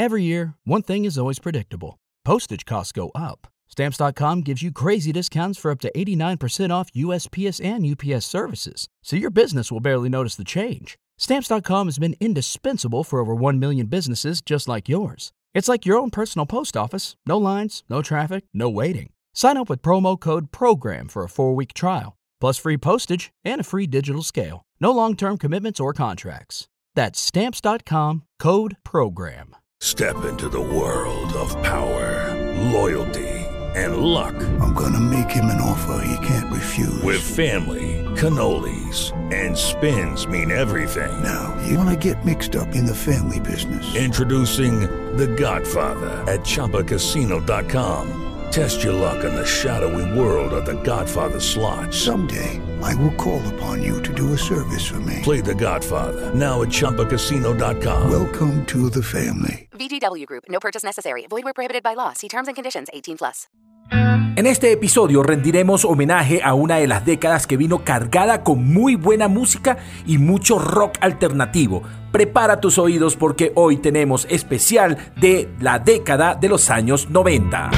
Every year, one thing is always predictable. Postage costs go up. Stamps.com gives you crazy discounts for up to 89% off USPS and UPS services, so your business will barely notice the change. Stamps.com has been indispensable for over 1 million businesses just like yours. It's like your own personal post office. No lines, no traffic, no waiting. Sign up with promo code PROGRAM for a 4-week trial, plus free postage and a free digital scale. No long-term commitments or contracts. That's Stamps.com, code PROGRAM. Step into the world of power, loyalty, and luck. I'm gonna make him an offer he can't refuse. With family, cannolis, and spins mean everything. Now, you wanna get mixed up in the family business. Introducing The Godfather at ChumbaCasino.com. Test your luck in the shadowy world of The Godfather slot. Someday, I will call upon you to do a service for me. Play The Godfather, now at ChumbaCasino.com. Welcome to the family. VGW Group. No purchase necessary. Void where prohibited by law. See terms and conditions. 18+. En este episodio rendiremos homenaje a una de las décadas que vino cargada con muy buena música y mucho rock alternativo. Prepara tus oídos porque hoy tenemos especial de la década de los años 90.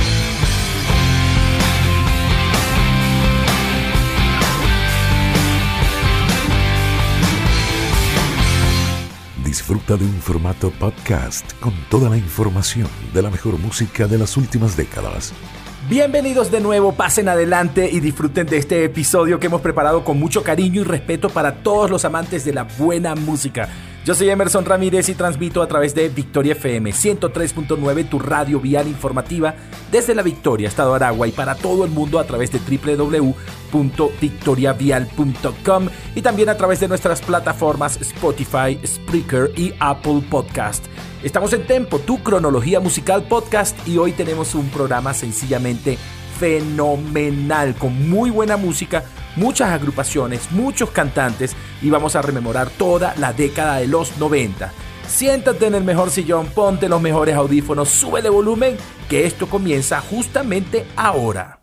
Disfruta de un formato podcast con toda la información de la mejor música de las últimas décadas. Bienvenidos de nuevo, pasen adelante y disfruten de este episodio que hemos preparado con mucho cariño y respeto para todos los amantes de la buena música. Yo soy Emerson Ramírez y transmito a través de Victoria FM 103.9, tu radio vial informativa, desde La Victoria, Estado Aragua, y para todo el mundo a través de www.victoriavial.com y también a través de nuestras plataformas Spotify, Spreaker y Apple Podcast. Estamos en Tempo, tu cronología musical podcast, y hoy tenemos un programa sencillamente fenomenal, con muy buena música, muchas agrupaciones, muchos cantantes, y vamos a rememorar toda la década de los 90. Siéntate en el mejor sillón, ponte los mejores audífonos, súbele volumen, que esto comienza justamente ahora.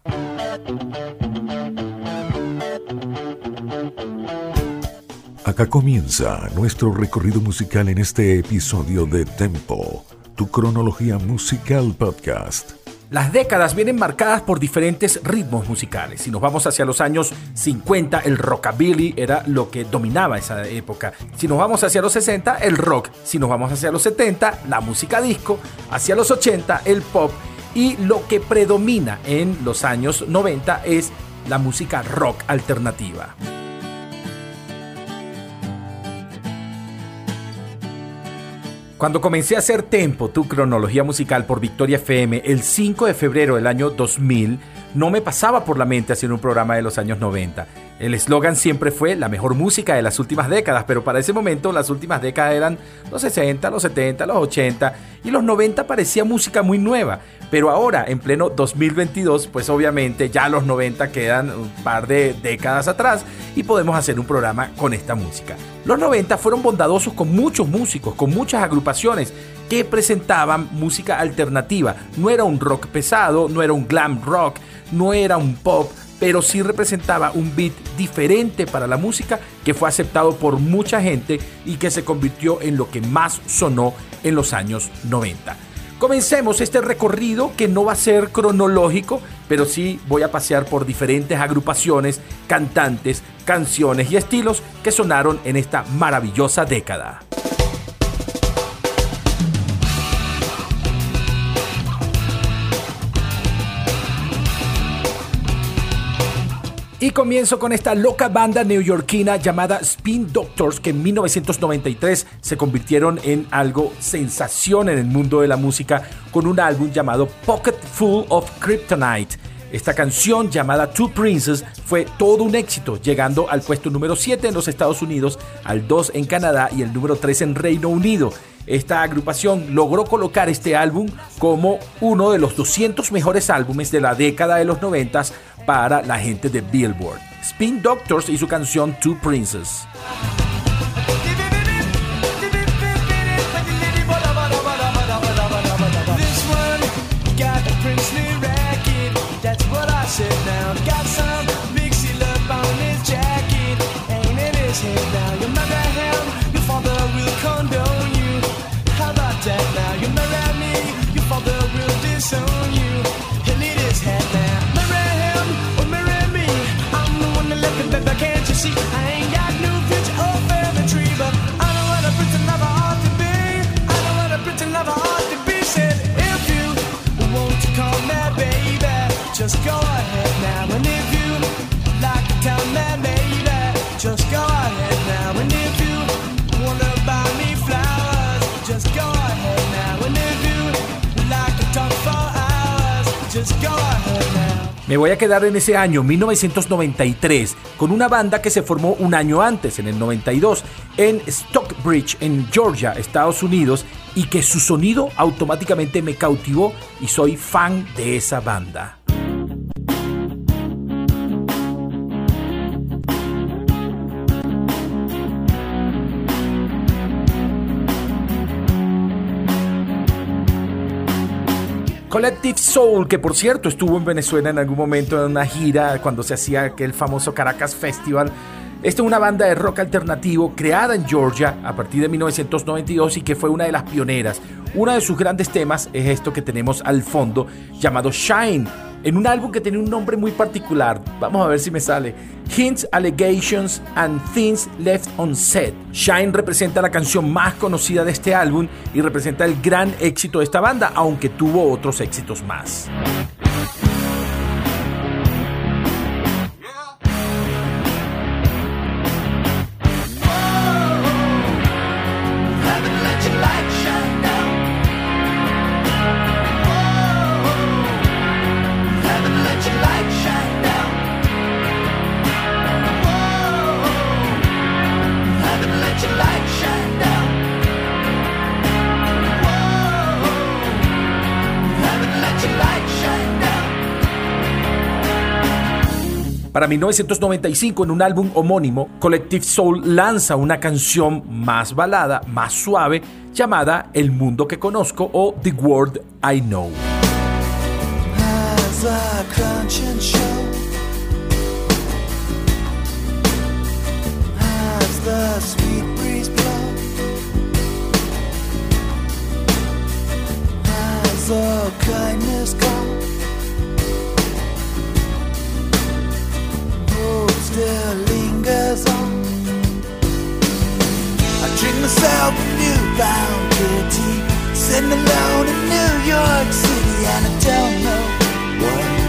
Acá comienza nuestro recorrido musical en este episodio de Tempo, tu cronología musical podcast. Las décadas vienen marcadas por diferentes ritmos musicales. Si nos vamos hacia los años 50, el rockabilly era lo que dominaba esa época. Si nos vamos hacia los 60, el rock. Si nos vamos hacia los 70, la música disco. Hacia los 80, el pop. Y lo que predomina en los años 90 es la música rock alternativa. Cuando comencé a hacer Tempo, tu cronología musical por Victoria FM, el 5 de febrero del año 2000, no me pasaba por la mente hacer un programa de los años 90. El eslogan siempre fue la mejor música de las últimas décadas, pero para ese momento las últimas décadas eran los 60, los 70, los 80 y los 90 parecía música muy nueva. Pero ahora, en pleno 2022, pues obviamente ya los 90 quedan un par de décadas atrás y podemos hacer un programa con esta música. Los 90 fueron bondadosos con muchos músicos, con muchas agrupaciones que presentaban música alternativa. No era un rock pesado, no era un glam rock, no era un pop, pero sí representaba un beat diferente para la música que fue aceptado por mucha gente y que se convirtió en lo que más sonó en los años 90. Comencemos este recorrido que no va a ser cronológico, pero sí voy a pasear por diferentes agrupaciones, cantantes, canciones y estilos que sonaron en esta maravillosa década. Y comienzo con esta loca banda neoyorquina llamada Spin Doctors, que en 1993 se convirtieron en algo sensación en el mundo de la música con un álbum llamado Pocket Full of Kryptonite. Esta canción llamada Two Princes fue todo un éxito, llegando al puesto número 7 en los Estados Unidos, al 2 en Canadá y el número 3 en Reino Unido. Esta agrupación logró colocar este álbum como uno de los 200 mejores álbumes de la década de los 90 para la gente de Billboard. Spin Doctors y su canción Two Princes. That now you marry Me voy a quedar en ese año, 1993, con una banda que se formó un año antes, en el 92, en Stockbridge, en Georgia, Estados Unidos, y que su sonido automáticamente me cautivó y soy fan de esa banda. Collective Soul, que por cierto estuvo en Venezuela en algún momento en una gira cuando se hacía aquel famoso Caracas Festival. Esta es una banda de rock alternativo creada en Georgia a partir de 1992 y que fue una de las pioneras. Uno de sus grandes temas es esto que tenemos al fondo, llamado Shine, en un álbum que tiene un nombre muy particular. Vamos a ver si me sale. Hints, Allegations and Things Left Unsaid. Shine representa la canción más conocida de este álbum y representa el gran éxito de esta banda, aunque tuvo otros éxitos más. Para 1995, en un álbum homónimo, Collective Soul lanza una canción más balada, más suave, llamada El Mundo que Conozco o The World I Know. As a crunching show, as the sweet breeze blows, as all kindness goes, still lingers on. I drink myself a newfound pity, sitting alone in New York City, and I don't know why.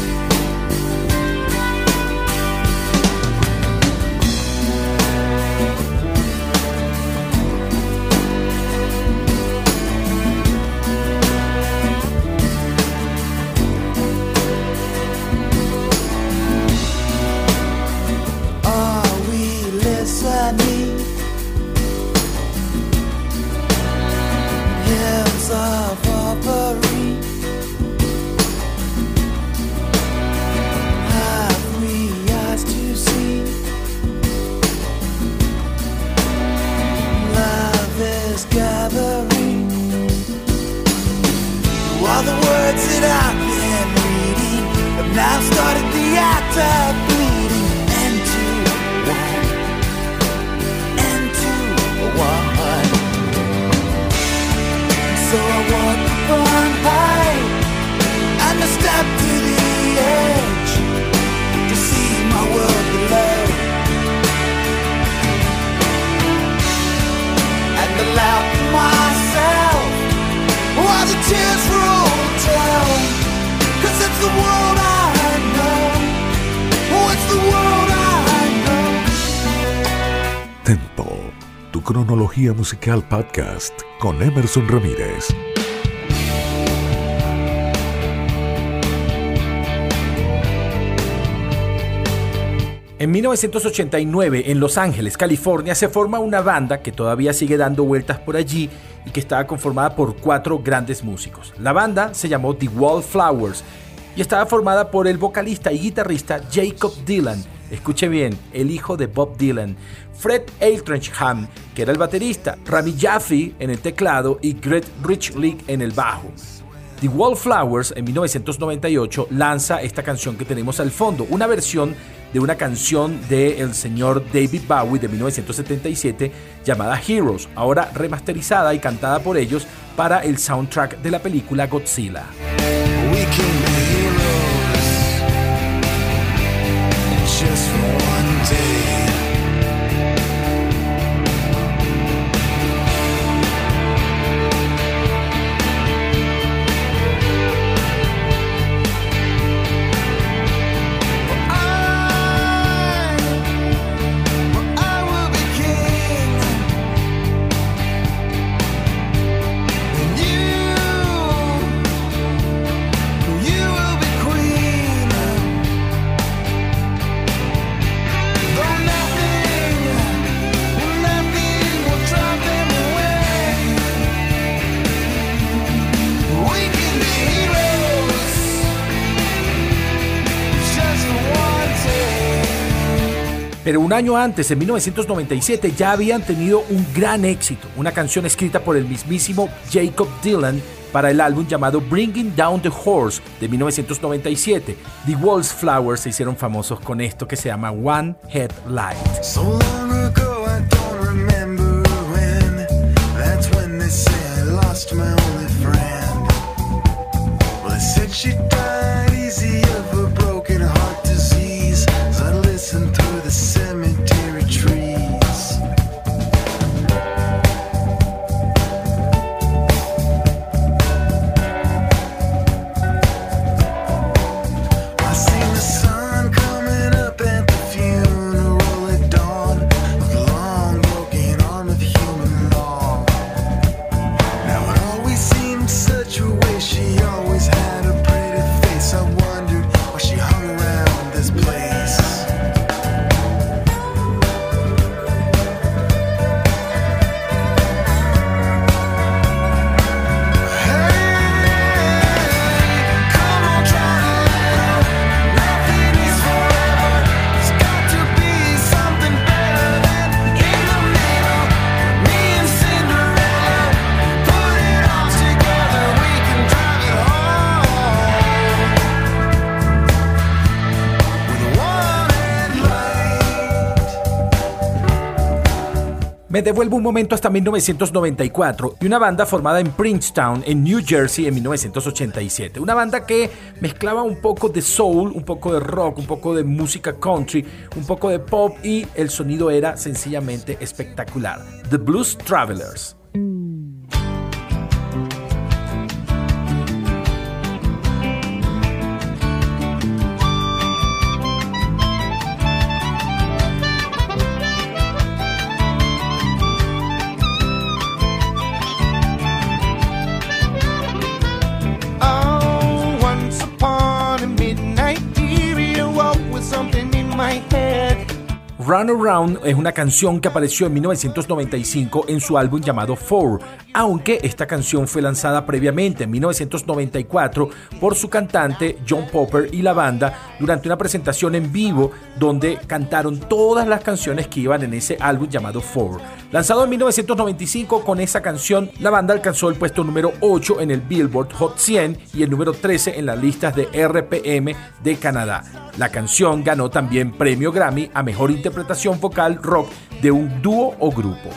Hymns of offering, have we eyes to see? Love is gathering. All the words that I've been reading have now started the act of bleeding into one. So I walk upon high and I step to the edge to see my world below, and I laugh to myself while the tears roll down, 'cause it's the world I know. Oh, it's the world I know. Tempo, tu cronología musical podcast con Emerson Ramírez. En 1989, en Los Ángeles, California, se forma una banda que todavía sigue dando vueltas por allí y que estaba conformada por 4 grandes músicos. La banda se llamó The Wallflowers y estaba formada por el vocalista y guitarrista Jacob Dylan. Escuche bien, el hijo de Bob Dylan, Fred Altrincham, que era el baterista, Rami Jaffee en el teclado y Greg Richley en el bajo. The Wallflowers en 1998 lanza esta canción que tenemos al fondo, una versión de una canción del señor David Bowie de 1977 llamada Heroes, ahora remasterizada y cantada por ellos para el soundtrack de la película Godzilla. Just for one day. I will be king, and you Pero un año antes, en 1997, ya habían tenido un gran éxito, una canción escrita por el mismísimo Jakob Dylan para el álbum llamado Bringing Down the Horse de 1997. The Wallflowers se hicieron famosos con esto que se llama One Headlight. So long ago, I don't remember when. That's when they say I lost my only friend. Well, they said she died easy of a broken heart disease. As I listened through the cemetery trees. I seen the sun coming up at the funeral at dawn of the long broken arm of human law. Now it always seemed such a waste. She always had a pretty face. I wondered why she hung around this place. Come on, try to live. Nothing is forever. There's got to be something better than in the middle. Me and Cinderella, put it all together. We can drive it home with one headlight. Me devuelvo un momento hasta 1994 y una banda formada en Princeton, en New Jersey, en 1987. Una banda que mezclaba un poco de soul, un poco de rock, un poco de música country, un poco de pop y el sonido era sencillamente espectacular. The Blues Travelers. Oh, once upon a midnight dear, you woke with something in my head. Run Around es una canción que apareció en 1995 en su álbum llamado Four, aunque esta canción fue lanzada previamente en 1994 por su cantante John Popper y la banda durante una presentación en vivo donde cantaron todas las canciones que iban en ese álbum llamado Four. Lanzado en 1995, con esa canción la banda alcanzó el puesto número 8 en el Billboard Hot 100 y el número 13 en las listas de RPM de Canadá. La canción ganó también premio Grammy a mejor interpretación vocal rock de un dúo o grupo.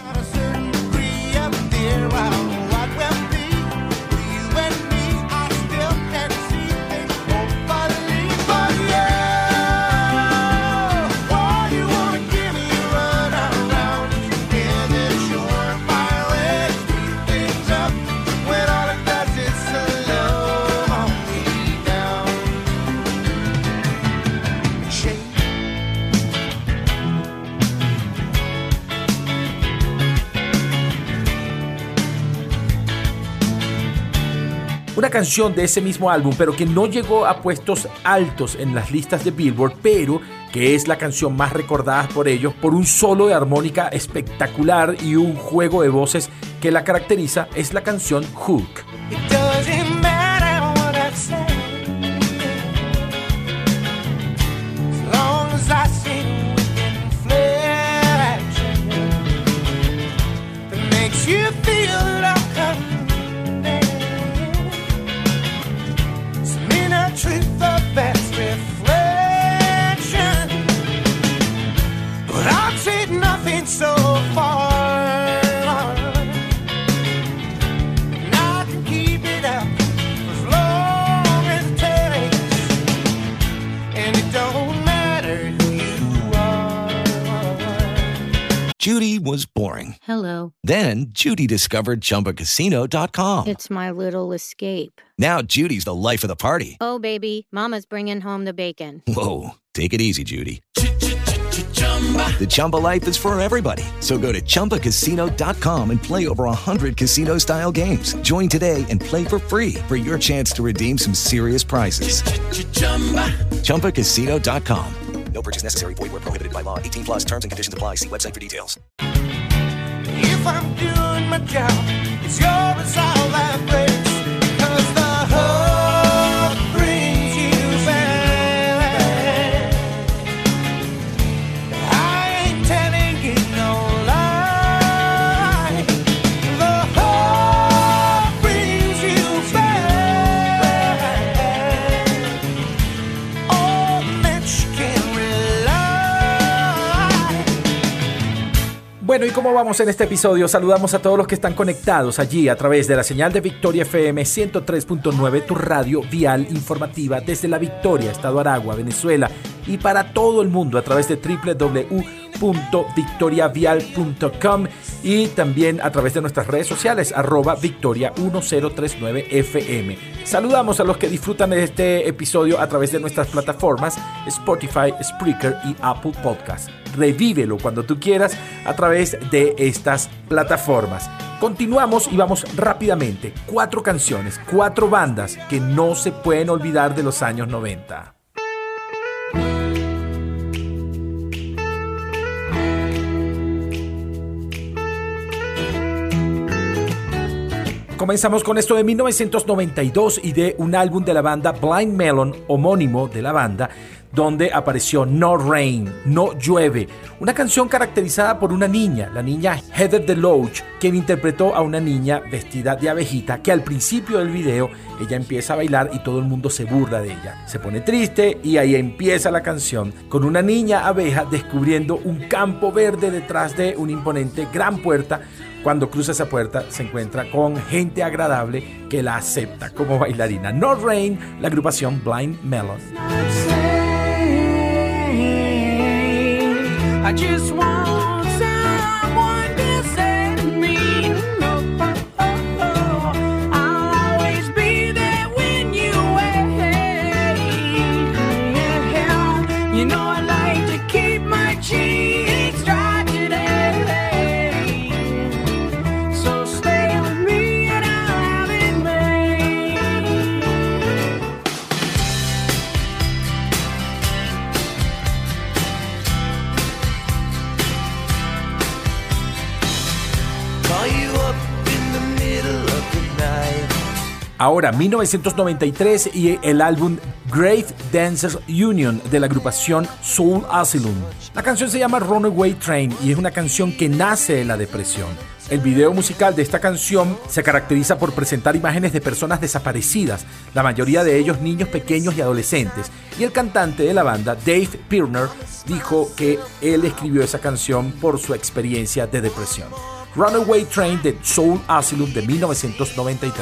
Una canción de ese mismo álbum, pero que no llegó a puestos altos en las listas de Billboard, pero que es la canción más recordada por ellos por un solo de armónica espectacular y un juego de voces que la caracteriza, es la canción Hook. It doesn't matter what I say, as long as I see within flesh that makes you feel like some inner truth of best reflection. But I'll trade nothing so far. Judy was boring. Hello. Then Judy discovered ChumbaCasino.com. It's my little escape. Now Judy's the life of the party. Oh, baby, mama's bringing home the bacon. Whoa, take it easy, Judy. The Chumba life is for everybody. So go to ChumbaCasino.com and play over 100 casino-style games. Join today and play for free for your chance to redeem some serious prizes. ChumbaCasino.com. No purchase necessary. Void where prohibited by law. 18 plus terms and conditions apply. See website for details. If I'm doing my job, it's your resolve that breaks. 'Cause the hook brings you back. I Bueno, ¿y cómo vamos en este episodio? Saludamos a todos los que están conectados allí a través de la señal de Victoria FM 103.9, tu radio vial informativa desde La Victoria, Estado Aragua, Venezuela, y para todo el mundo a través de www.victoriavial.com y también a través de nuestras redes sociales @victoria1039fm. Saludamos a los que disfrutan de este episodio a través de nuestras plataformas Spotify, Spreaker y Apple Podcast. Revívelo cuando tú quieras a través de estas plataformas. Continuamos y vamos rápidamente. 4 canciones, 4 bandas que no se pueden olvidar de los años 90. Comenzamos con esto de 1992 y de un álbum de la banda Blind Melon, homónimo de la banda, donde apareció No Rain, No Llueve, una canción caracterizada por una niña, la niña Heather DeLoach, quien interpretó a una niña vestida de abejita que al principio del video ella empieza a bailar y todo el mundo se burla de ella. Se pone triste y ahí empieza la canción con una niña abeja descubriendo un campo verde detrás de una imponente gran puerta. Cuando cruza esa puerta se encuentra con gente agradable que la acepta como bailarina. No Rain, la agrupación Blind Melon. I just want someone to save me. I'll always be there when you wait. You know I like to keep my cheeks dry today. So stay with me and I'll have it made. Ahora, 1993 y el álbum Grave Dancers Union de la agrupación Soul Asylum. La canción se llama Runaway Train y es una canción que nace de la depresión. El video musical de esta canción se caracteriza por presentar imágenes de personas desaparecidas, la mayoría de ellos niños pequeños y adolescentes. Y el cantante de la banda, Dave Pirner, dijo que él escribió esa canción por su experiencia de depresión. Runaway Train de Soul Asylum de 1993.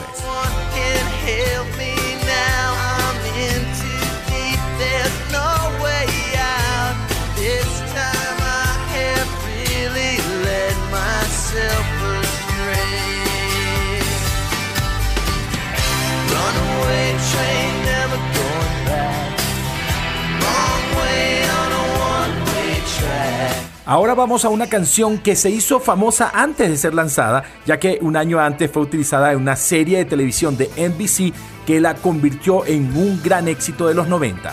Ahora vamos a una canción que se hizo famosa antes de ser lanzada, ya que un año antes fue utilizada en una serie de televisión de NBC que la convirtió en un gran éxito de los 90.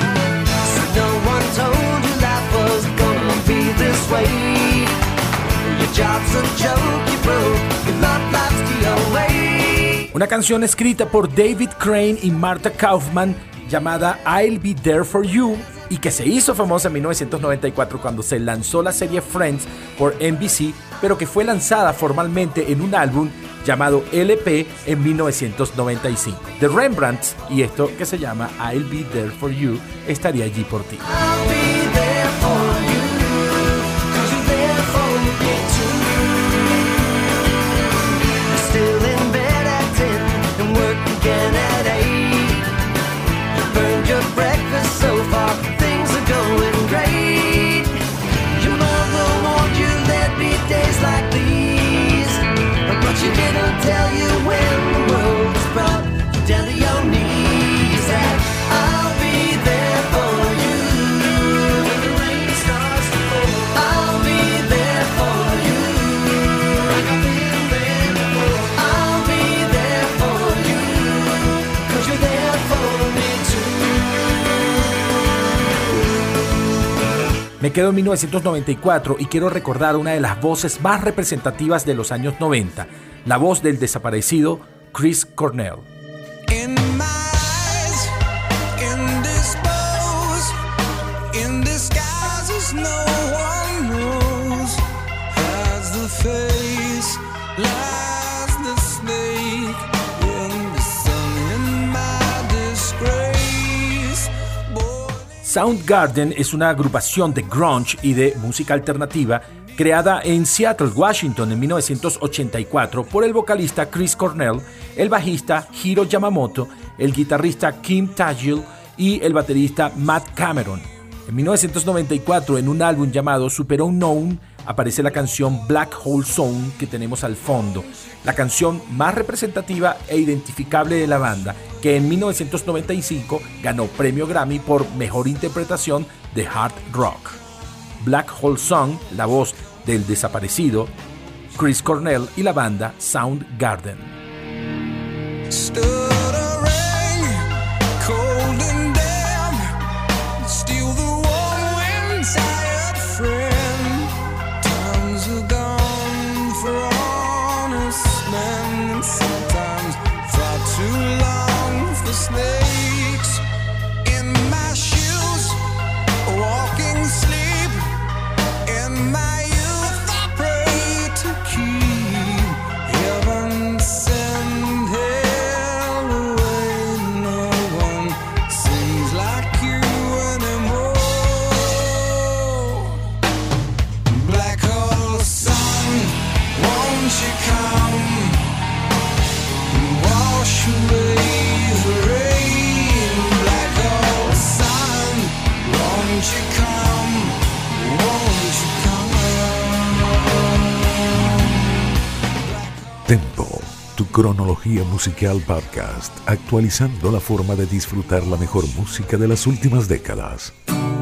Una canción escrita por David Crane y Martha Kaufman llamada I'll Be There For You, y que se hizo famosa en 1994 cuando se lanzó la serie Friends por NBC, pero que fue lanzada formalmente en un álbum llamado LP en 1995. The Rembrandts, y esto que se llama I'll Be There For You, estaré allí por ti. Me quedo en 1994 y quiero recordar una de las voces más representativas de los años 90, la voz del desaparecido Chris Cornell. Soundgarden es una agrupación de grunge y de música alternativa Creada en Seattle, Washington en 1984 por el vocalista Chris Cornell, el bajista Hiro Yamamoto, el guitarrista Kim Thayil y el baterista Matt Cameron. En 1994, en un álbum llamado Super Unknown, aparece la canción Black Hole Zone que tenemos al fondo, la canción más representativa e identificable de la banda, que en 1995 ganó premio Grammy por mejor interpretación de hard rock. Black Hole Zone, la voz del desaparecido Chris Cornell y la banda Soundgarden. Stood a rain, cold and damp, still the warm wind, tired friend. Times are gone for honest men, and sometimes far too long for snakes. In my shoes, walking sleep, in my youth I pray to keep heaven send hell away. No one sings like you anymore. Black hole sun, won't you come wash away the rain? Black hole sun, won't you come, won't you come? Tempo, tu cronología musical podcast, actualizando la forma de disfrutar la mejor música de las últimas décadas.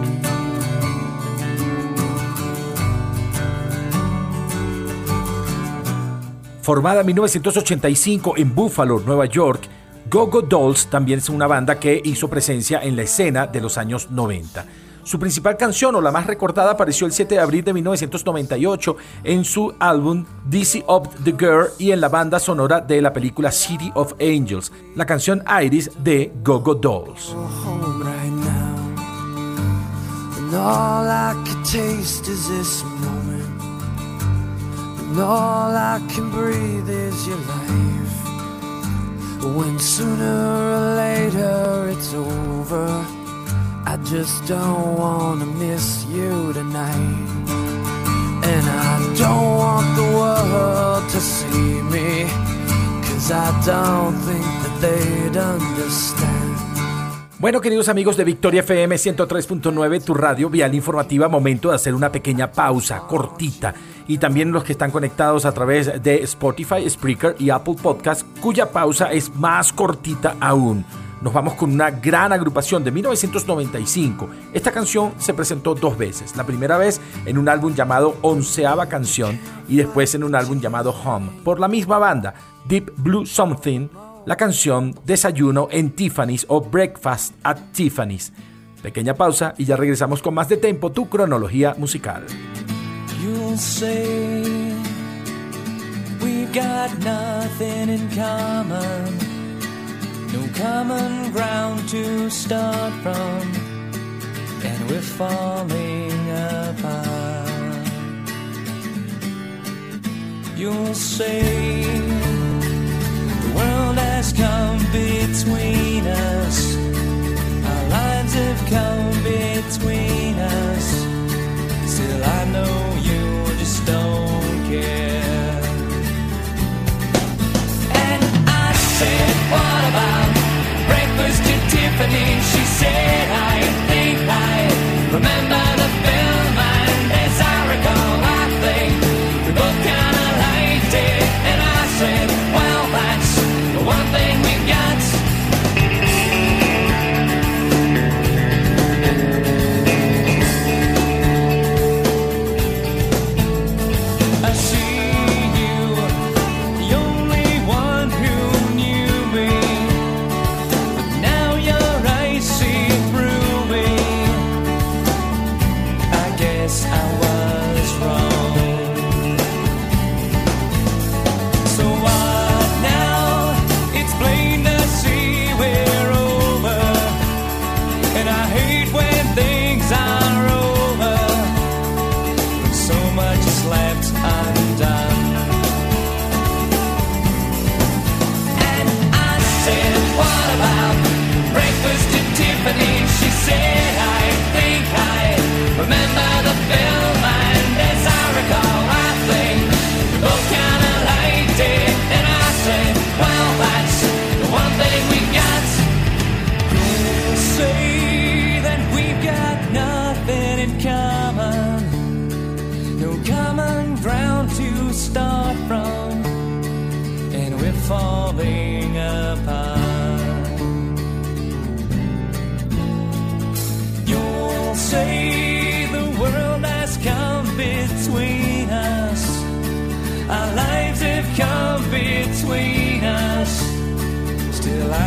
Formada en 1985 en Buffalo, Nueva York, Go Go Dolls también es una banda que hizo presencia en la escena de los años 90. Su principal canción, o la más recordada, apareció el 7 de abril de 1998 en su álbum Dizzy Up the Girl y en la banda sonora de la película City of Angels, la canción Iris de Go Go Dolls. Home right now, and all I can taste is this moment, and all I can breathe is your life. When sooner or later it's over, I just don't wanna miss you tonight. And I don't want the world to see me, 'cause I don't think that they'd understand. Bueno, queridos amigos de Victoria FM 103.9, tu radio vial informativa, momento de hacer una pequeña pausa, cortita. Y también los que están conectados a través de Spotify, Spreaker y Apple Podcast, cuya pausa es más cortita aún. Nos vamos con una gran agrupación de 1995. Esta canción se presentó dos veces. La primera vez en un álbum llamado Onceava Canción y después en un álbum llamado Home, por la misma banda, Deep Blue Something, la canción Desayuno en Tiffany's o Breakfast at Tiffany's. Pequeña pausa y ya regresamos con más de Tempo, tu cronología musical. You'll say we've got nothing in common, no common ground to start from, and we're falling apart. You'll say the world has come between us, our lines have come between us. Still I know you just don't care. And I said, what about breakfast at Tiffany? She said, I think I remember the film, and as I recall, I think we both kinda liked it. And I said, well, that's the one thing we got. I see you, the only one who knew me, but now your eyes see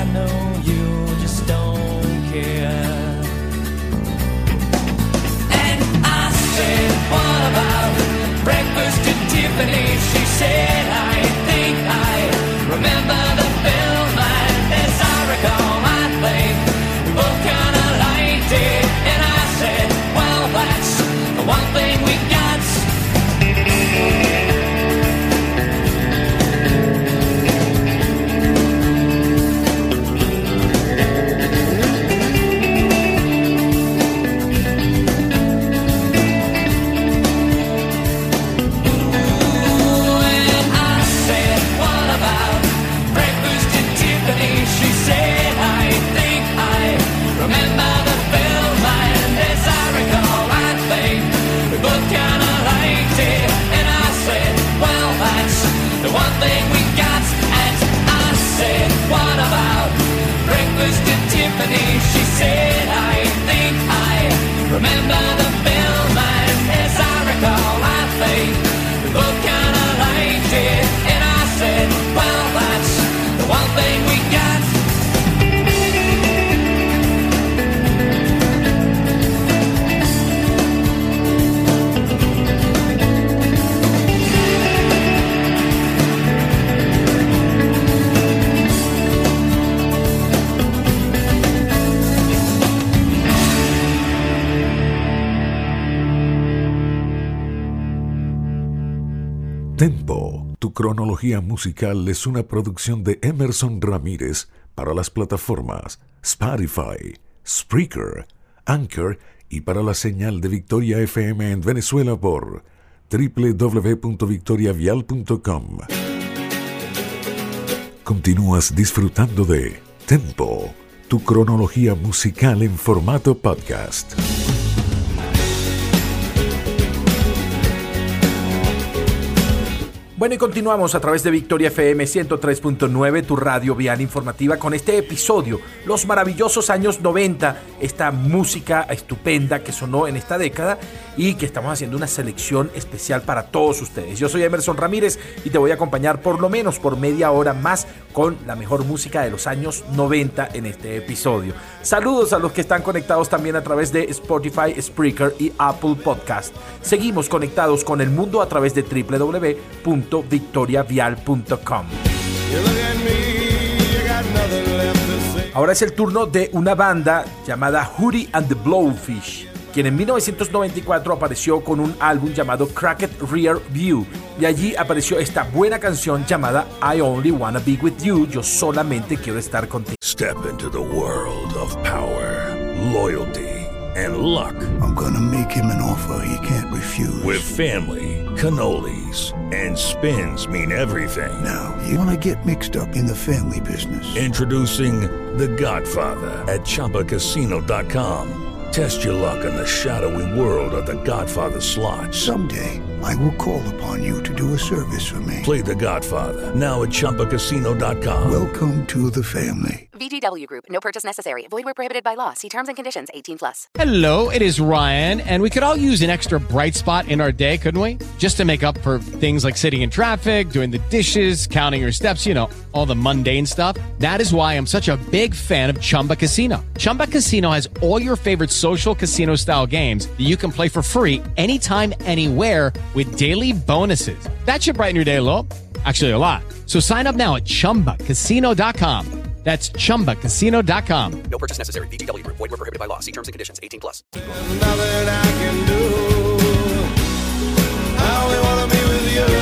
I know you just don't care. And I said, what about breakfast at Tiffany's? She said, I think I remember the film, and as I recall, I think we both kinda liked it. And I said, well, that's the one thing we got. She said, I think I remember the film, and as I recall, I think we both kinda liked it. And I said, well, that's the one thing we got. Tempo, tu cronología musical es una producción de Emerson Ramírez para las plataformas Spotify, Spreaker, Anchor y para la señal de Victoria FM en Venezuela por www.victoriavial.com. Continúas disfrutando de Tempo, tu cronología musical en formato podcast. Bueno, y continuamos a través de Victoria FM 103.9, tu radio vial informativa, con este episodio, los maravillosos años 90, esta música estupenda que sonó en esta década y que estamos haciendo una selección especial para todos ustedes. Yo soy Emerson Ramírez y te voy a acompañar por lo menos por media hora más con la mejor música de los años 90 en este episodio. Saludos a los que están conectados también a través de Spotify, Spreaker y Apple Podcast. Seguimos conectados con el mundo a través de www.victoriavial.com. Ahora es el turno de una banda llamada Hootie and the Blowfish, quien en 1994 apareció con un álbum llamado Cracked Rear View, y allí apareció esta buena canción llamada I Only Wanna Be With You, yo solamente quiero estar contigo. Step into the world of power, loyalty, and luck. I'm gonna make him an offer he can't refuse. With family, cannolis, and spins mean everything. Now, you wanna get mixed up in the family business. Introducing The Godfather at ChumbaCasino.com. Test your luck in the shadowy world of The Godfather slot. Someday, I will call upon you to do a service for me. Play The Godfather now at ChumbaCasino.com. Welcome to the family. VGW Group. No purchase necessary. Void where prohibited by law. See terms and conditions. 18+. Hello, it is Ryan, and we could all use an extra bright spot in our day, couldn't we? Just to make up for things like sitting in traffic, doing the dishes, counting your steps, you know, all the mundane stuff. That is why I'm such a big fan of Chumba Casino. Chumba Casino has all your favorite social casino-style games that you can play for free anytime, anywhere with daily bonuses. That should brighten your day a little. Actually, a lot. So sign up now at ChumbaCasino.com. That's ChumbaCasino.com. No purchase necessary. VGW Group. Void where prohibited by law. See terms and conditions. 18+. There's nothing I can do. I only wanna be with you.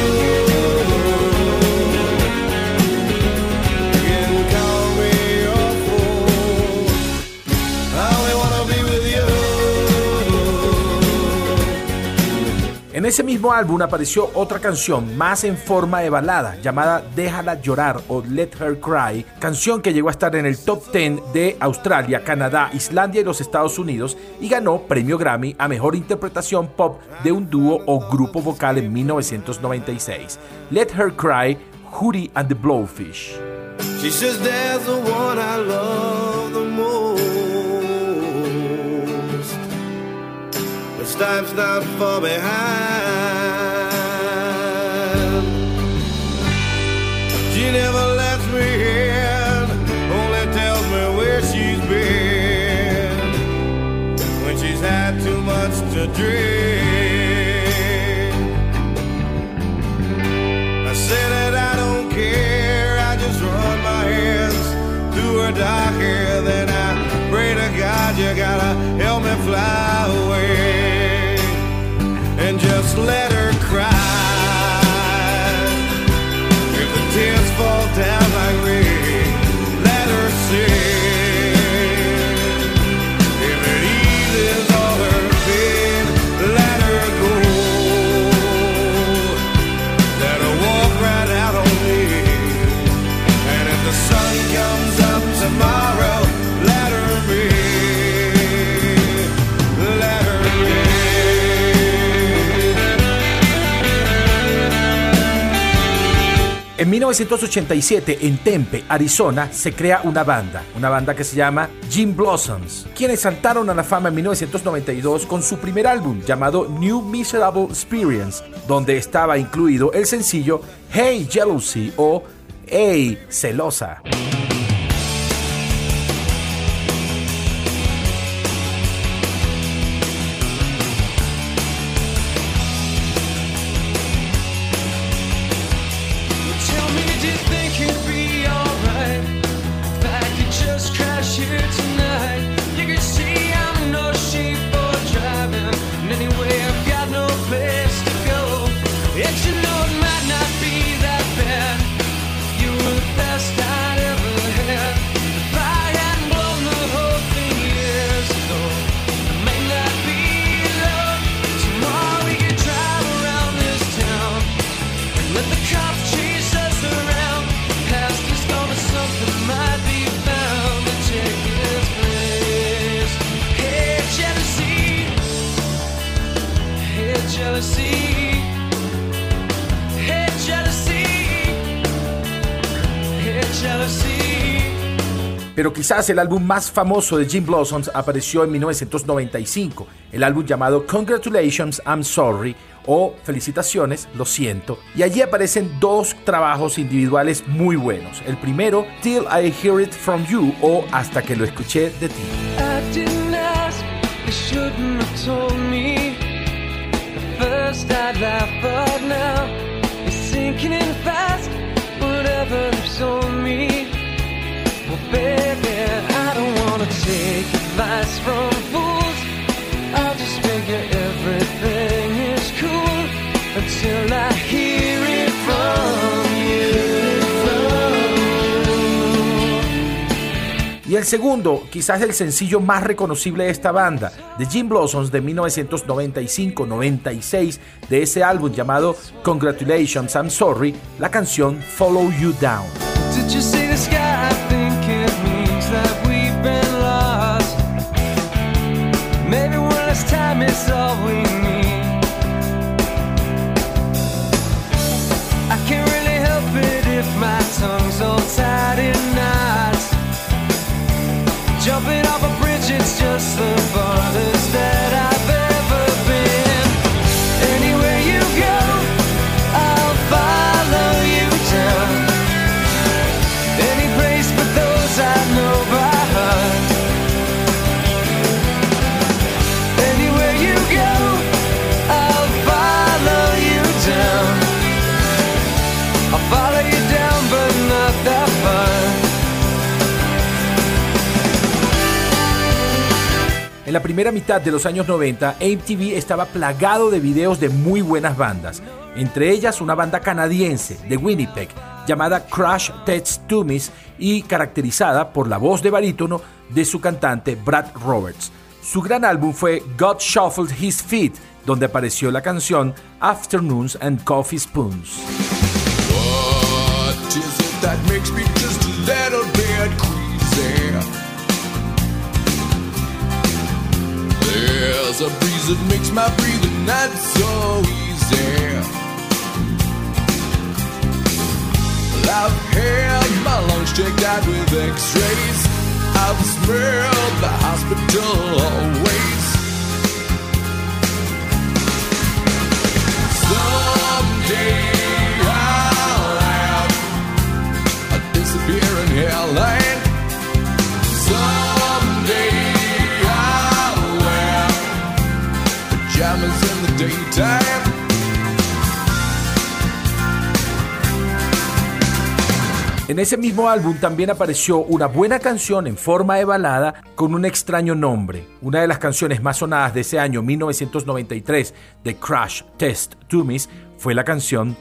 You can call me your fool. I only wanna be with you. En ese mismo álbum apareció otra canción más en forma de balada llamada Déjala Llorar o Let Her Cry, canción que llegó a estar en el top 10 de Australia, Canadá, Islandia y los Estados Unidos y ganó premio Grammy a mejor interpretación pop de un dúo o grupo vocal en 1996. Let Her Cry, Hootie and the Blowfish. She says there's the one I love the most, but time's not far behind. She never lets me in, only dread. I say that I don't care, I just run my hands through her dark hair. Then I pray to God, you gotta help me fly away and just let her cry. If the tears fall down like rain, let her sing. If it eases all her pain, let her go. Let her walk right out on me. And if the sun comes up tomorrow, let her be. Let her be. En 1987, en Tempe, Arizona, se crea una banda que se llama Gin Blossoms, quienes saltaron a la fama en 1992 con su primer álbum llamado New Miserable Experience, donde estaba incluido el sencillo Hey Jealousy o Hey Celosa. Tell me, do you think you'd be alright if I could just crash here tonight? You can see I'm no sheep for driving, and anyway I've got no place to go. Yet you know it might not be that bad. You were the best I'd ever had. If I hadn't blown the whole thing years ago, it may not be love. Tomorrow we could drive around this town and let the cops chase us around. Past is gone, but something might be found to take its place. Hey jealousy, hey jealousy, hey jealousy, hey jealousy. Pero quizás el álbum más famoso de Gin Blossoms apareció en 1995, el álbum llamado Congratulations, I'm Sorry, o Felicitaciones, Lo Siento, y allí aparecen dos trabajos individuales muy buenos. El primero, Till I Hear It From You, o Hasta que lo escuché de ti. I didn't ask, you shouldn't have told me. At first I'd laugh, but now you're sinking in fast. Whatever lives on me. Well, baby, I don't wanna take advice from fools. I'll just figure everything is cool until I hear it from you. Y el segundo, quizás el sencillo más reconocible de esta banda, de Gin Blossoms de 1995-96, de ese álbum llamado Congratulations, I'm Sorry, la canción Follow You Down. Did you see the sky? I think it means that we've been lost. Maybe one last time is all we need. I can't really help it if my tongue's all tied in knots. Jumping off a bridge, it's just the farthest that I've ever been. Anywhere you go, I'll follow you down. Any place but those I know by heart. Anywhere you go, I'll follow you down. I'll follow you down, but not that far. En la primera mitad de los años 90, MTV estaba plagado de videos de muy buenas bandas, entre ellas una banda canadiense de Winnipeg llamada Crash Test Dummies y caracterizada por la voz de barítono de su cantante Brad Roberts. Su gran álbum fue God Shuffled His Feet, donde apareció la canción Afternoons and Coffee Spoons. What is it that makes me just a little bit queasy? There's a breeze that makes my breathing not so easy. Well, I've had my lungs checked out with x-rays. I've smelled the hospital always. Someday I'll have a disappearing hairline. Someday I'll wear En ese mismo álbum también apareció una buena canción en forma de balada con un extraño nombre. Una de las canciones más sonadas de ese año 1993 de Crash Test Dummies fue la canción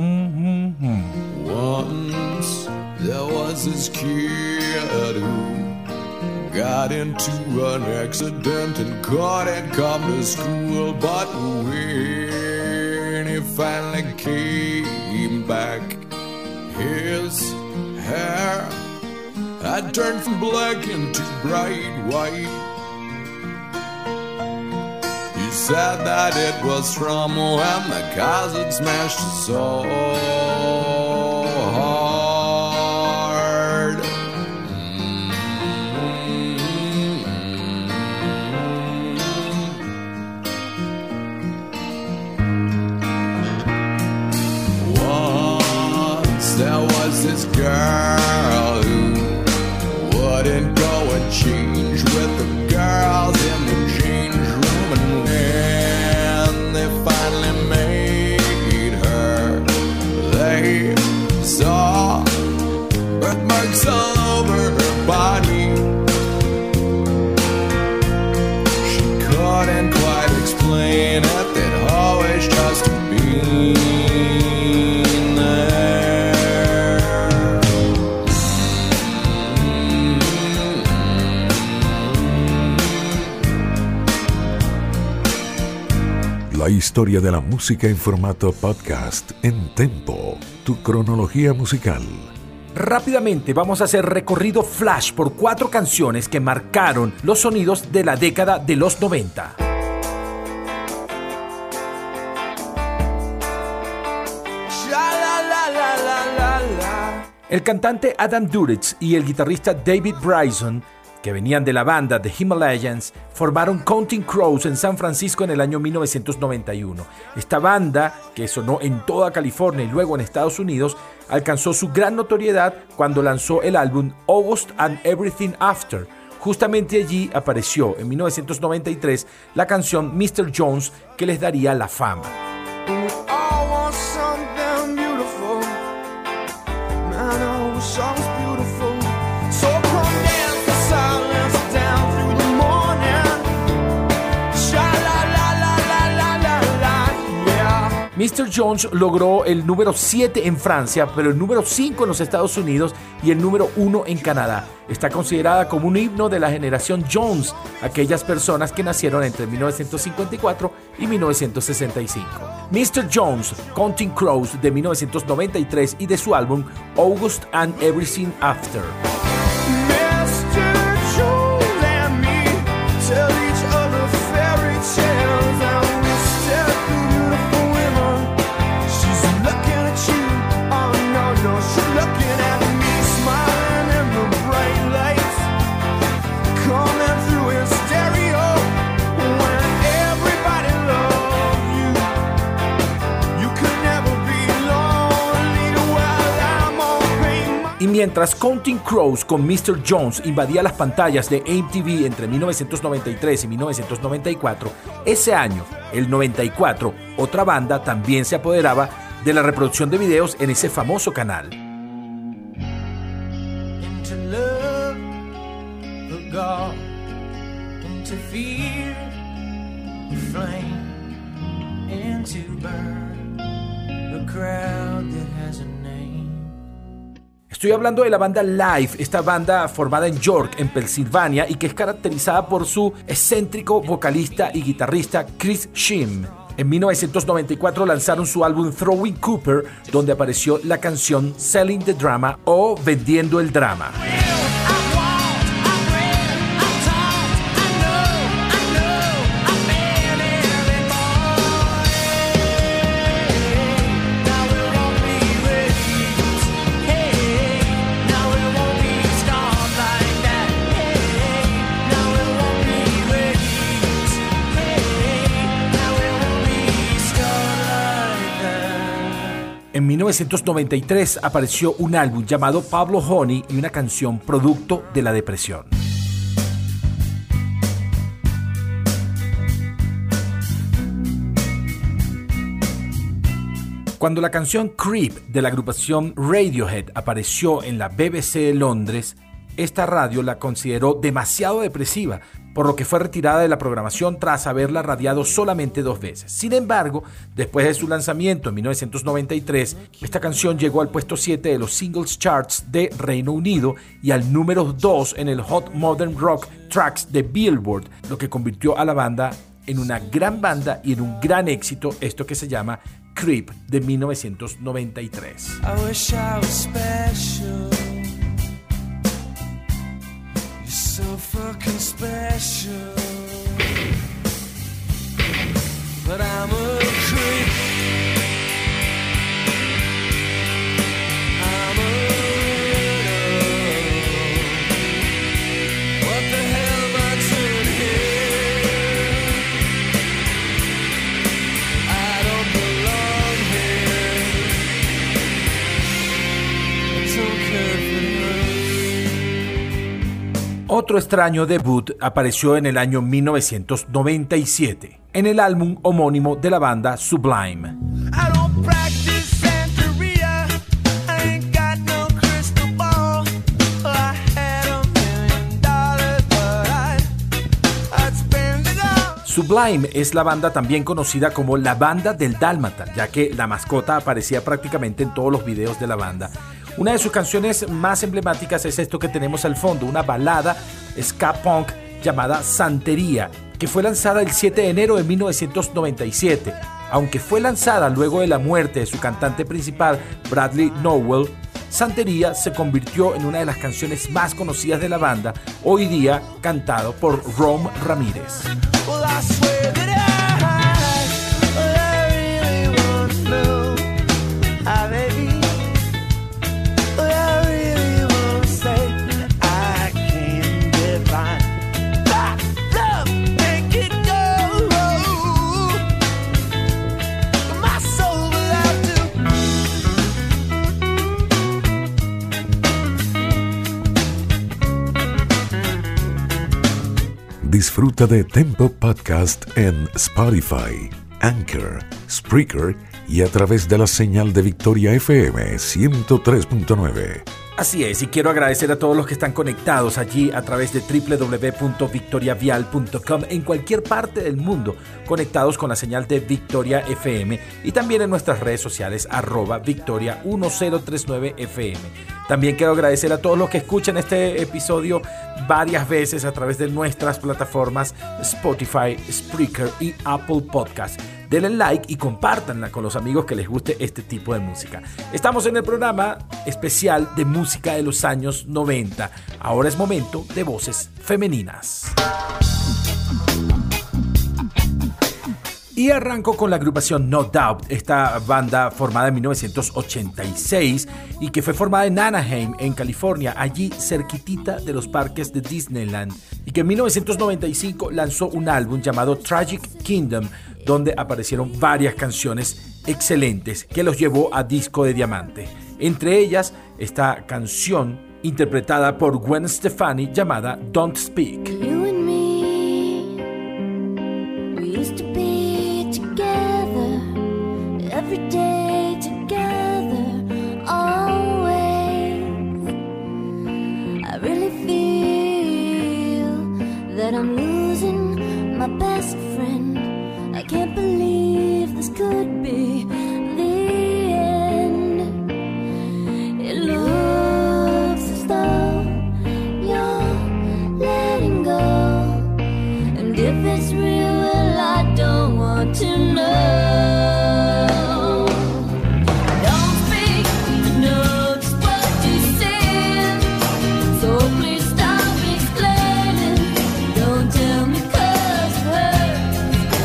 Once there was this kid who got into an accident and couldn't come to school, but when he finally came back, his hair had turned from black into bright white. He said that it was from when the cars had smashed his soul hard. Once there was this girl who wouldn't go and change with the girls in the change room, and when they finally made her, they saw birthmarks all over her body. She couldn't quite explain it, they'd always just been there. La historia de la música en formato podcast en Tempo, tu cronología musical. Rápidamente vamos a hacer recorrido flash por 4 canciones que marcaron los sonidos de la década de los 90. El cantante Adam Duritz y el guitarrista David Bryson, que venían de la banda The Himalayans, formaron Counting Crows en San Francisco en el año 1991. Esta banda, que sonó en toda California y luego en Estados Unidos, alcanzó su gran notoriedad cuando lanzó el álbum August and Everything After. Justamente allí apareció en 1993 la canción Mr. Jones, que les daría la fama. Mr. Jones logró el número 7 en Francia, pero el número 5 en los Estados Unidos y el número 1 en Canadá. Está considerada como un himno de la generación Jones, aquellas personas que nacieron entre 1954 y 1965. Mr. Jones, Counting Crows de 1993 y de su álbum August and Everything After. Y mientras Counting Crows con Mr. Jones invadía las pantallas de MTV entre 1993 y 1994, ese año, el 94, otra banda también se apoderaba de la reproducción de videos en ese famoso canal. Into love, the God, into fear, the flame, and to burn, the crowd that has a name. Estoy hablando de la banda Live, esta banda formada en York, en Pensilvania, y que es caracterizada por su excéntrico vocalista y guitarrista Chris Shim. En 1994 lanzaron su álbum Throwing Cooper, donde apareció la canción Selling the Drama o Vendiendo el Drama. En 1993 apareció un álbum llamado Pablo Honey y una canción producto de la depresión. Cuando la canción Creep de la agrupación Radiohead apareció en la BBC de Londres, esta radio la consideró demasiado depresiva, por lo que fue retirada de la programación tras haberla radiado solamente 2 veces. Sin embargo, después de su lanzamiento en 1993, esta canción llegó al puesto 7 de los singles charts de Reino Unido y al número 2 en el Hot Modern Rock Tracks de Billboard, lo que convirtió a la banda en una gran banda y en un gran éxito, esto que se llama Creep de 1993. I wish I was special. You're so fucking special. But I'm a creep. I'm a weirdo. What the hell am I doing here? I don't belong here. I don't care for her. Otro extraño debut apareció en el año 1997, en el álbum homónimo de la banda Sublime. I don't practice Santeria. I ain't got no crystal ball. I had $1 million, but I'd spend it all. Sublime es la banda también conocida como la banda del dálmata, ya que la mascota aparecía prácticamente en todos los videos de la banda. Una de sus canciones más emblemáticas es esto que tenemos al fondo, una balada ska punk llamada Santería, que fue lanzada el 7 de enero de 1997. Aunque fue lanzada luego de la muerte de su cantante principal, Bradley Nowell, Santería se convirtió en una de las canciones más conocidas de la banda, hoy día cantado por Rom Ramírez. Well, I swear that I really want to know how they be. Well, I really want to say I can't define that love, make it go. My soul without Disfruta de Tempo Podcast en Spotify, Anchor, Spreaker y a través de la señal de Victoria FM 103.9. Así es, y quiero agradecer a todos los que están conectados allí a través de www.victoriavial.com en cualquier parte del mundo, conectados con la señal de Victoria FM y también en nuestras redes sociales @Victoria1039FM. También quiero agradecer a todos los que escuchan este episodio varias veces a través de nuestras plataformas Spotify, Spreaker y Apple Podcast. Denle like y compártanla con los amigos que les guste este tipo de música. Estamos en el programa especial de música de los años 90. Ahora es momento de voces femeninas. Y arranco con la agrupación No Doubt, esta banda formada en 1986 y que fue formada en Anaheim, en California, allí cerquitita de los parques de Disneyland, y que en 1995 lanzó un álbum llamado Tragic Kingdom, donde aparecieron varias canciones excelentes que los llevó a disco de diamante. Entre ellas, esta canción interpretada por Gwen Stefani llamada Don't Speak. You and me, we used to be together, every day together, always. I really feel that I'm losing my best friend. I can't believe this could be the end. It looks as though you're letting go, and if it's real, well, I don't want to know. Don't speak, I know just what you said, so please stop explaining. Don't tell me 'cause it hurts.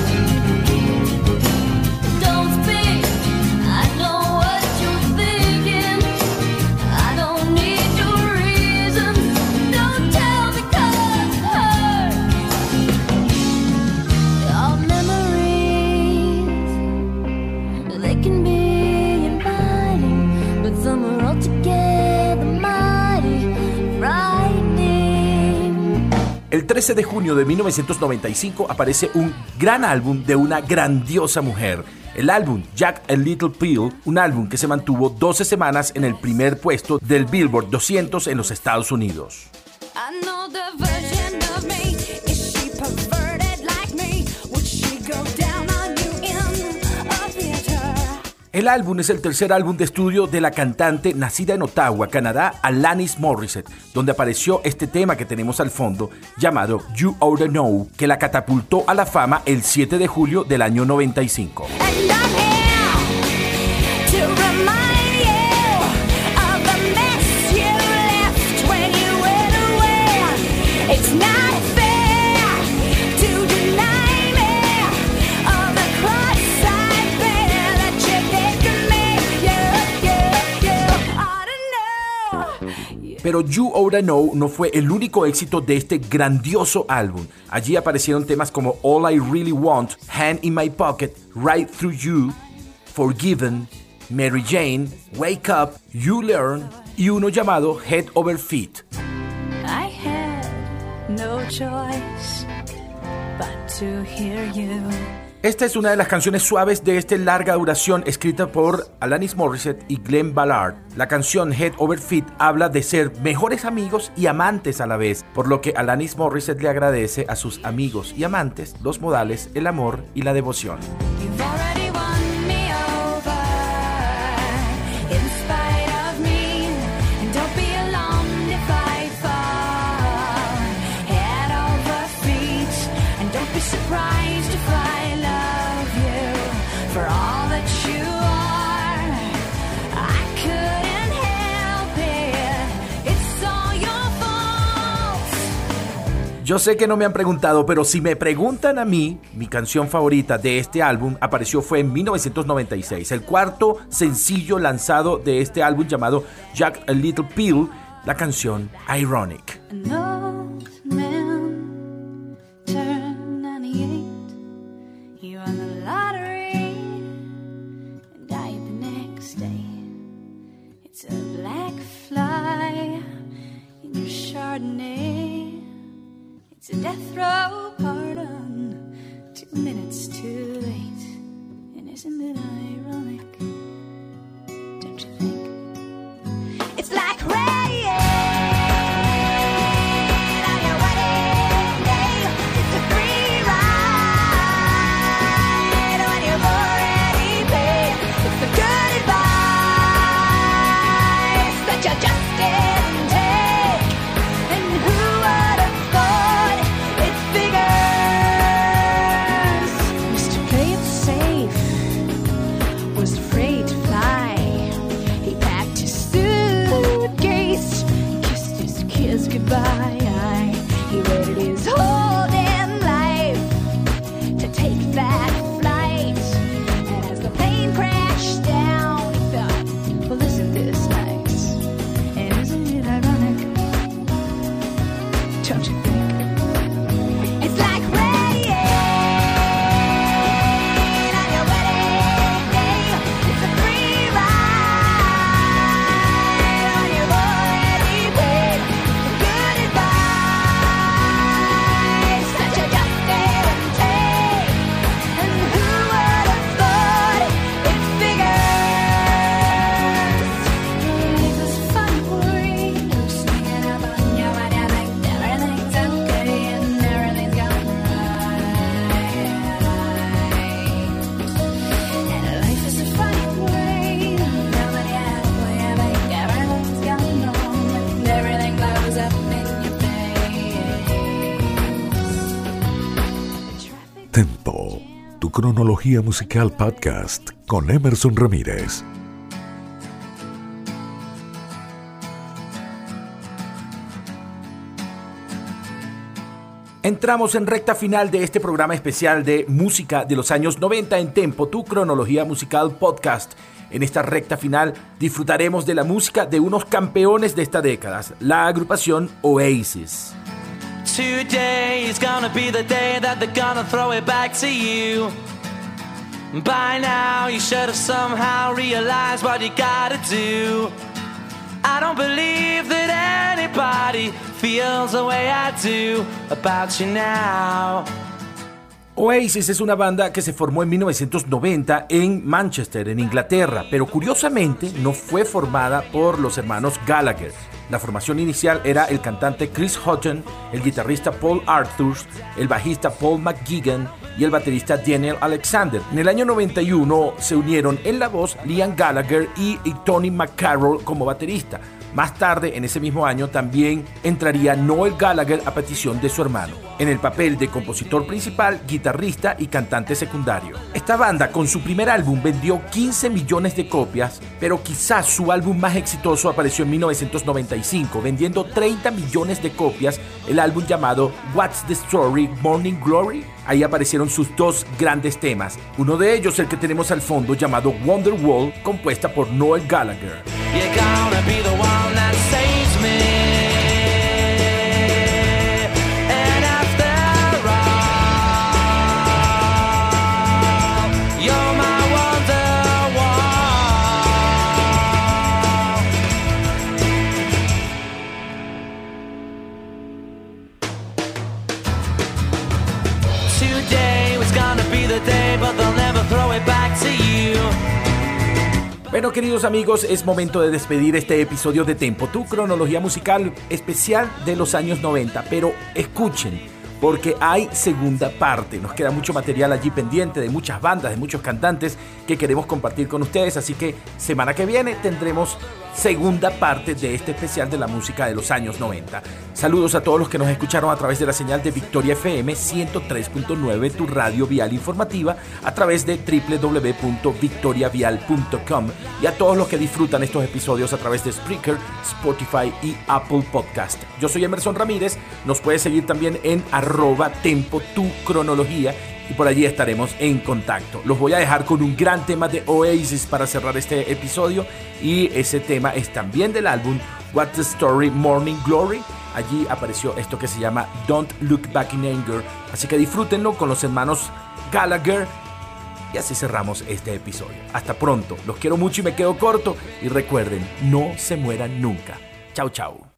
Don't speak, I know what you're thinking. I don't need your reasons. Don't tell me 'cause it hurts. Our memories, they can be inviting, but some are altogether mighty frightening. El 13 de junio de 1995 aparece un gran álbum de una grandiosa mujer. el álbum Jack a Little Pill, un álbum que se mantuvo 12 semanas en el primer puesto del Billboard 200 en los Estados Unidos. I know the version of me. Is she perverted like me? Would she go down on you in a theater? El álbum es el tercer álbum de estudio de la cantante nacida en Ottawa, Canadá, Alanis Morissette, donde apareció este tema que tenemos al fondo, llamado You Oughta Know, que la catapultó a la fama el 7 de julio del año 95. And I'm here to remind you of the mess you left when you went away. It's not fair to deny me of the cross I bear that you did to me. You ought to know. Pero You Oughta Know no fue el único éxito de este grandioso álbum. Allí aparecieron temas como All I Really Want, Hand in My Pocket, Right Through You, Forgiven, Mary Jane, Wake Up, You Learn y uno llamado Head Over Feet. I had no choice but to hear you. Esta es una de las canciones suaves de esta larga duración escrita por Alanis Morissette y Glenn Ballard. La canción Head Over Feet habla de ser mejores amigos y amantes a la vez, por lo que Alanis Morissette le agradece a sus amigos y amantes los modales, el amor y la devoción. You've already won me over in spite of me. And don't be alarmed if I fall head over feet. And don't be surprised if I love you for all that you are. I couldn't help it. It's all your fault. Yo sé que no me han preguntado, pero si me preguntan a mí, mi canción favorita de este álbum fue en 1996, el cuarto sencillo lanzado de este álbum llamado Jack a Little Pill, la canción Ironic. An old man turned 98. He won the lottery and died the next day. It's a black fly in your Chardonnay. It's a death row pardon, 2 minutes too late. And isn't it ironic? Don't you think? It's like rain on your wedding day. It's a free ride when you've already paid. It's the good advice that you just didn't take. And who would have thought it figures? Mr. Play It Safe was afraid to fly. He packed his suitcase, kissed his kids goodbye. He waited his whole damn life to take that flight. And as the plane crashed down, he thought, well, isn't this nice? And isn't it ironic? Don't you think? It's like rain on your wedding day. It's a free ride when you've already paid. The good advice that you just didn't take. And who would have thought it figures? Life is fun for you, swinging up on your body like everything's okay and everything's going right. And life is a funny way, nobody has a way, like everything's going wrong and everything blows up in your face. Tempo, tu cronología musical podcast con Emerson Ramírez. Entramos en recta final de este programa especial de música de los años 90 en Tempo, tu cronología musical podcast. En esta recta final disfrutaremos de la música de unos campeones de esta década, la agrupación Oasis. Today is gonna be the day that they're gonna throw it back to you. By now you should have somehow realized what you gotta do. I don't believe that anybody feels the way I do about you now. Oasis es una banda que se formó en 1990 en Manchester, en Inglaterra, pero curiosamente no fue formada por los hermanos Gallagher. La formación inicial era el cantante Chris Houghton, el guitarrista Paul Arthurs, el bajista Paul McGuigan y el baterista Daniel Alexander. En el año 91 se unieron en la voz Liam Gallagher y Tony McCarroll como baterista. Más tarde, en ese mismo año, también entraría Noel Gallagher a petición de su hermano, en el papel de compositor principal, guitarrista y cantante secundario. Esta banda, con su primer álbum, vendió 15 millones de copias, pero quizás su álbum más exitoso apareció en 1995, vendiendo 30 millones de copias, el álbum llamado What's the Story, Morning Glory. Ahí aparecieron sus dos grandes temas, uno de ellos el que tenemos al fondo llamado Wonderwall, compuesta por Noel Gallagher. You're gonna be the one that saves me. And after all, you're my Wonderwall. Today was gonna be the day, but they'll never throw it back to you. Bueno, queridos amigos, es momento de despedir este episodio de Tempo, tu cronología musical especial de los años 90. Pero escuchen, porque hay segunda parte. Nos queda mucho material allí pendiente de muchas bandas, de muchos cantantes que queremos compartir con ustedes. Así que semana que viene tendremos segunda parte de este especial de la música de los años 90. Saludos a todos los que nos escucharon a través de la señal de Victoria FM 103.9, tu radio vial informativa, a través de www.victoriavial.com, y a todos los que disfrutan estos episodios a través de Spreaker, Spotify y Apple Podcast. Yo soy Emerson Ramírez, nos puedes seguir también en @tempo tu cronología, y por allí estaremos en contacto. Los voy a dejar con un gran tema de Oasis para cerrar este episodio, y ese tema es también del álbum What's the Story, Morning Glory. Allí apareció esto que se llama Don't Look Back in Anger, así que disfrútenlo con los hermanos Gallagher. Y así cerramos este episodio. Hasta pronto, los quiero mucho y me quedo corto, y recuerden, no se mueran nunca. Chau, chau.